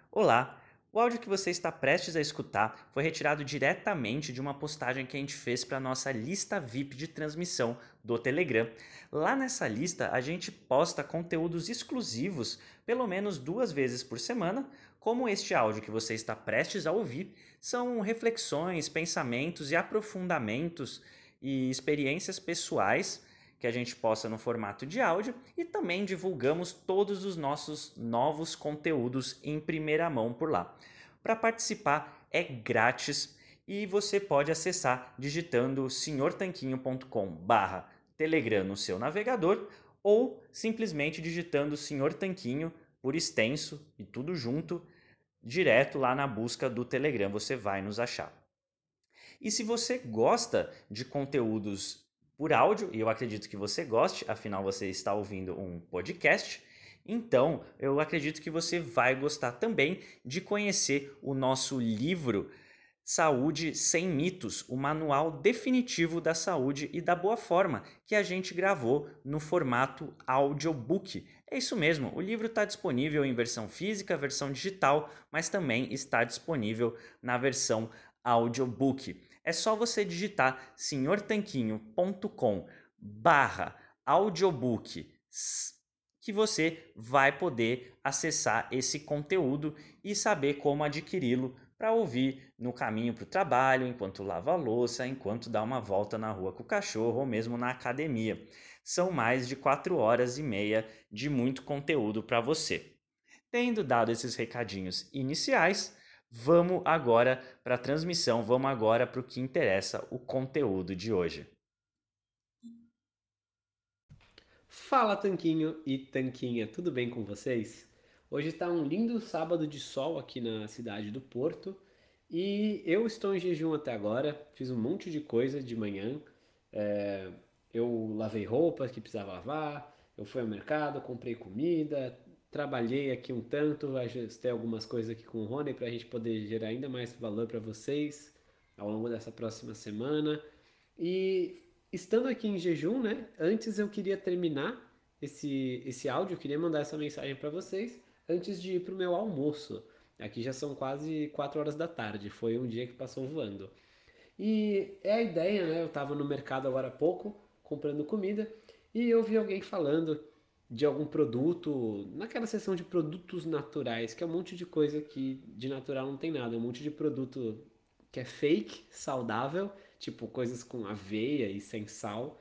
Olá! O áudio que você está prestes a escutar foi retirado diretamente de uma postagem que a gente fez para a nossa lista VIP de transmissão do Telegram. Lá nessa lista a gente posta conteúdos exclusivos pelo menos 2 vezes por semana, como este áudio que você está prestes a ouvir. São reflexões, pensamentos e aprofundamentos e experiências pessoais que a gente posta no formato de áudio e também divulgamos todos os nossos novos conteúdos em primeira mão por lá. Para participar é grátis e você pode acessar digitando senhortanquinho.com/telegram no seu navegador ou simplesmente digitando Senhor Tanquinho por extenso e tudo junto, direto lá na busca do Telegram você vai nos achar. E se você gosta de conteúdos por áudio, e eu acredito que você goste, afinal você está ouvindo um podcast, então eu acredito que você vai gostar também de conhecer o nosso livro Saúde Sem Mitos, o manual definitivo da saúde e da boa forma, que a gente gravou no formato audiobook. É isso mesmo, o livro está disponível em versão física, versão digital, mas também está disponível na versão audiobook. É só você digitar senhortanquinho.com/audiobook que você vai poder acessar esse conteúdo e saber como adquiri-lo para ouvir no caminho para o trabalho, enquanto lava a louça, enquanto dá uma volta na rua com o cachorro ou mesmo na academia. São mais de 4 horas e meia de muito conteúdo para você. Tendo dado esses recadinhos iniciais, vamos agora para a transmissão, vamos agora para o que interessa, o conteúdo de hoje. Fala Tanquinho e Tanquinha, tudo bem com vocês? Hoje está um lindo sábado de sol aqui na cidade do Porto e eu estou em jejum até agora, fiz um monte de coisa de manhã. É, eu lavei roupas que precisava lavar, eu fui ao mercado, comprei comida, trabalhei aqui um tanto, ajustei algumas coisas aqui com o Rony para a gente poder gerar ainda mais valor para vocês ao longo dessa próxima semana. E estando aqui em jejum, né? Antes eu queria terminar esse áudio, eu queria mandar essa mensagem para vocês antes de ir pro meu almoço. Aqui já são quase 4 horas da tarde, foi um dia que passou voando. E é a ideia, né? Eu tava no mercado agora há pouco, comprando comida, e eu vi alguém falando de algum produto, naquela seção de produtos naturais, que é um monte de coisa que de natural não tem nada, é um monte de produto que é fake, saudável, tipo coisas com aveia e sem sal.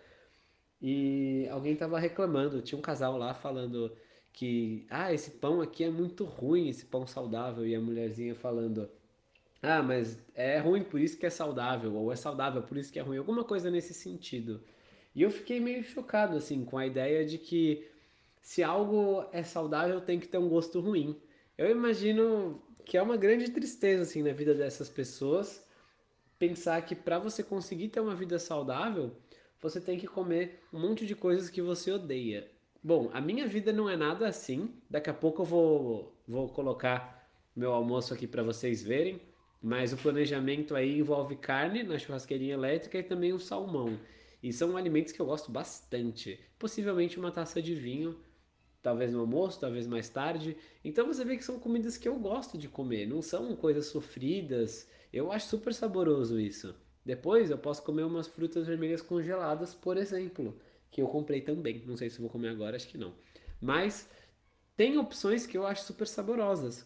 E alguém tava reclamando, tinha um casal lá falando que, esse pão aqui é muito ruim, esse pão saudável, e a mulherzinha falando, mas é ruim por isso que é saudável, ou é saudável por isso que é ruim, alguma coisa nesse sentido. E eu fiquei meio chocado, assim, com a ideia de que se algo é saudável tem que ter um gosto ruim. Eu imagino que é uma grande tristeza, assim, na vida dessas pessoas, pensar que para você conseguir ter uma vida saudável, você tem que comer um monte de coisas que você odeia. Bom, a minha vida não é nada assim. Daqui a pouco eu vou colocar meu almoço aqui para vocês verem. Mas o planejamento aí envolve carne na churrasqueirinha elétrica e também o salmão. E são alimentos que eu gosto bastante. Possivelmente uma taça de vinho, talvez no almoço, talvez mais tarde. Então você vê que são comidas que eu gosto de comer, não são coisas sofridas. Eu acho super saboroso isso. Depois eu posso comer umas frutas vermelhas congeladas, por exemplo, que eu comprei também. Não sei se vou comer agora, acho que não. Mas tem opções que eu acho super saborosas.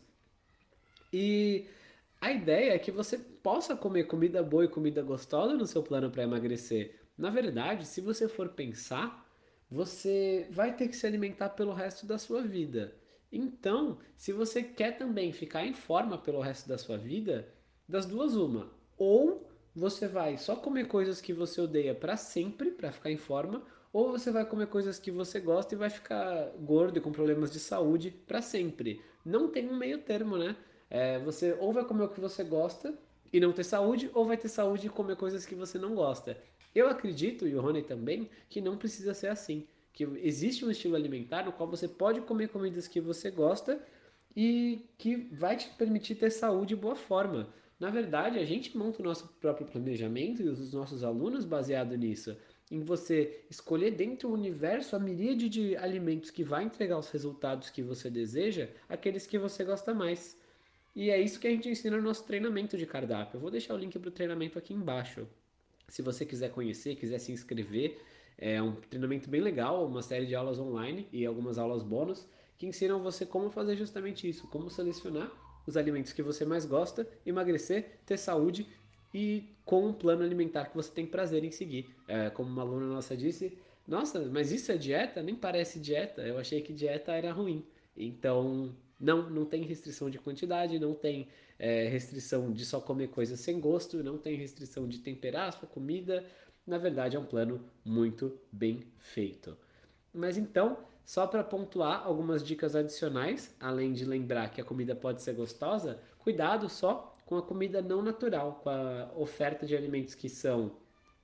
E a ideia é que você possa comer comida boa e comida gostosa no seu plano para emagrecer. Na verdade, se você for pensar, você vai ter que se alimentar pelo resto da sua vida. Então, se você quer também ficar em forma pelo resto da sua vida, das duas uma, ou você vai só comer coisas que você odeia para sempre, para ficar em forma, ou você vai comer coisas que você gosta e vai ficar gordo e com problemas de saúde para sempre. Não tem um meio termo, né? Você ou vai comer o que você gosta e não ter saúde, ou vai ter saúde e comer coisas que você não gosta. Eu acredito, e o Rony também, que não precisa ser assim. Que existe um estilo alimentar no qual você pode comer comidas que você gosta e que vai te permitir ter saúde e boa forma. Na verdade, a gente monta o nosso próprio planejamento e os nossos alunos baseado nisso. Em você escolher dentro do universo a miríade de alimentos que vai entregar os resultados que você deseja, aqueles que você gosta mais. E é isso que a gente ensina no nosso treinamento de cardápio. Eu vou deixar o link para o treinamento aqui embaixo. Se você quiser conhecer, quiser se inscrever, é um treinamento bem legal, uma série de aulas online e algumas aulas bônus que ensinam você como fazer justamente isso, como selecionar os alimentos que você mais gosta, emagrecer, ter saúde e com um plano alimentar que você tem prazer em seguir. Como uma aluna nossa disse, nossa, mas isso é dieta? Nem parece dieta. Eu achei que dieta era ruim. Então, não tem restrição de quantidade, não tem restrição de só comer coisas sem gosto, não tem restrição de temperar a sua comida. Na verdade, é um plano muito bem feito. Mas então, só para pontuar algumas dicas adicionais, além de lembrar que a comida pode ser gostosa, cuidado só com a comida não natural, com a oferta de alimentos que são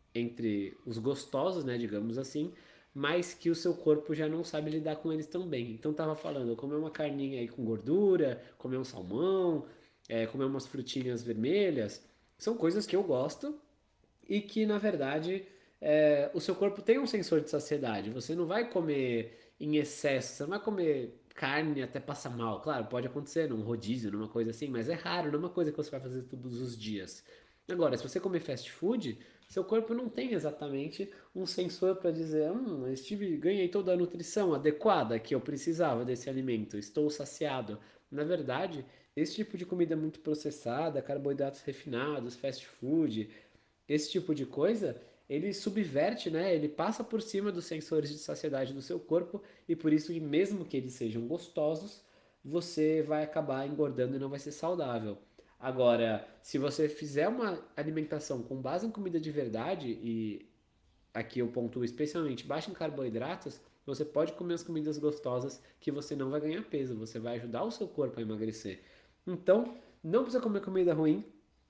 entre os gostosos, né, digamos assim, mas que o seu corpo já não sabe lidar com eles tão bem. Então tava falando, comer uma carninha aí com gordura, comer um salmão, comer umas frutinhas vermelhas, são coisas que eu gosto e que na verdade o seu corpo tem um sensor de saciedade. Você não vai comer em excesso, você não vai comer carne até passar mal. Claro, pode acontecer num rodízio, numa coisa assim, mas é raro, não é uma coisa que você vai fazer todos os dias. Agora, se você comer fast food, seu corpo não tem exatamente um sensor para dizer, ganhei toda a nutrição adequada que eu precisava desse alimento, estou saciado. Na verdade, esse tipo de comida muito processada, carboidratos refinados, fast food, esse tipo de coisa, ele subverte, né? Ele passa por cima dos sensores de saciedade do seu corpo e por isso que mesmo que eles sejam gostosos, você vai acabar engordando e não vai ser saudável. Agora, se você fizer uma alimentação com base em comida de verdade, e aqui eu pontuo especialmente baixa em carboidratos, você pode comer as comidas gostosas que você não vai ganhar peso, você vai ajudar o seu corpo a emagrecer. Então, não precisa comer comida ruim,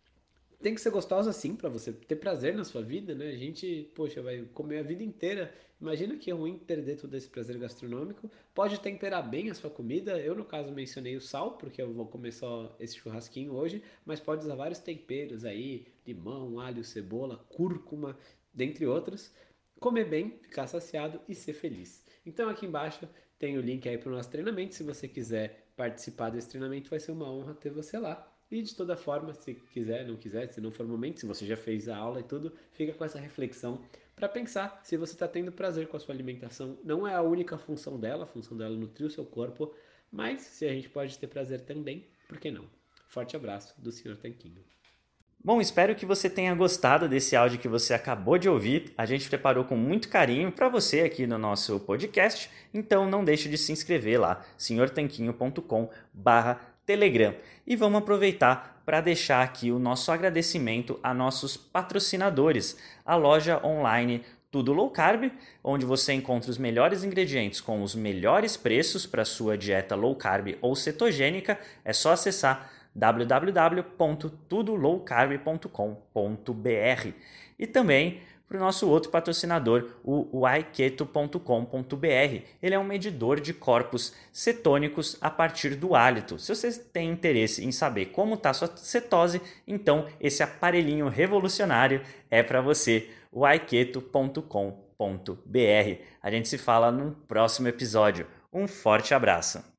tem que ser gostosa sim para você ter prazer na sua vida, né? A gente, poxa, vai comer a vida inteira. Imagina que é ruim perder todo esse prazer gastronômico. Pode temperar bem a sua comida. Eu, no caso, mencionei o sal, porque eu vou comer só esse churrasquinho hoje, mas pode usar vários temperos aí, limão, alho, cebola, cúrcuma, dentre outros. Comer bem, ficar saciado e ser feliz. Então aqui embaixo tem o link aí para o nosso treinamento. Se você quiser participar desse treinamento, vai ser uma honra ter você lá. E de toda forma, se quiser, não quiser, se não for o momento, se você já fez a aula e tudo, fica com essa reflexão para pensar se você está tendo prazer com a sua alimentação. Não é a única função dela, a função dela é nutrir o seu corpo, mas se a gente pode ter prazer também, por que não? Forte abraço do Sr. Tanquinho. Bom, espero que você tenha gostado desse áudio que você acabou de ouvir. A gente preparou com muito carinho para você aqui no nosso podcast, então não deixe de se inscrever lá, senhortanquinho.com/Telegram. E vamos aproveitar para deixar aqui o nosso agradecimento a nossos patrocinadores, a loja online Tudo Low Carb, onde você encontra os melhores ingredientes com os melhores preços para sua dieta low carb ou cetogênica. É só acessar www.tudolowcarb.com.br. E também para o nosso outro patrocinador, o aiketo.com.br. Ele é um medidor de corpos cetônicos a partir do hálito. Se você tem interesse em saber como está sua cetose, então esse aparelhinho revolucionário é para você, o aiketo.com.br. A gente se fala no próximo episódio. Um forte abraço!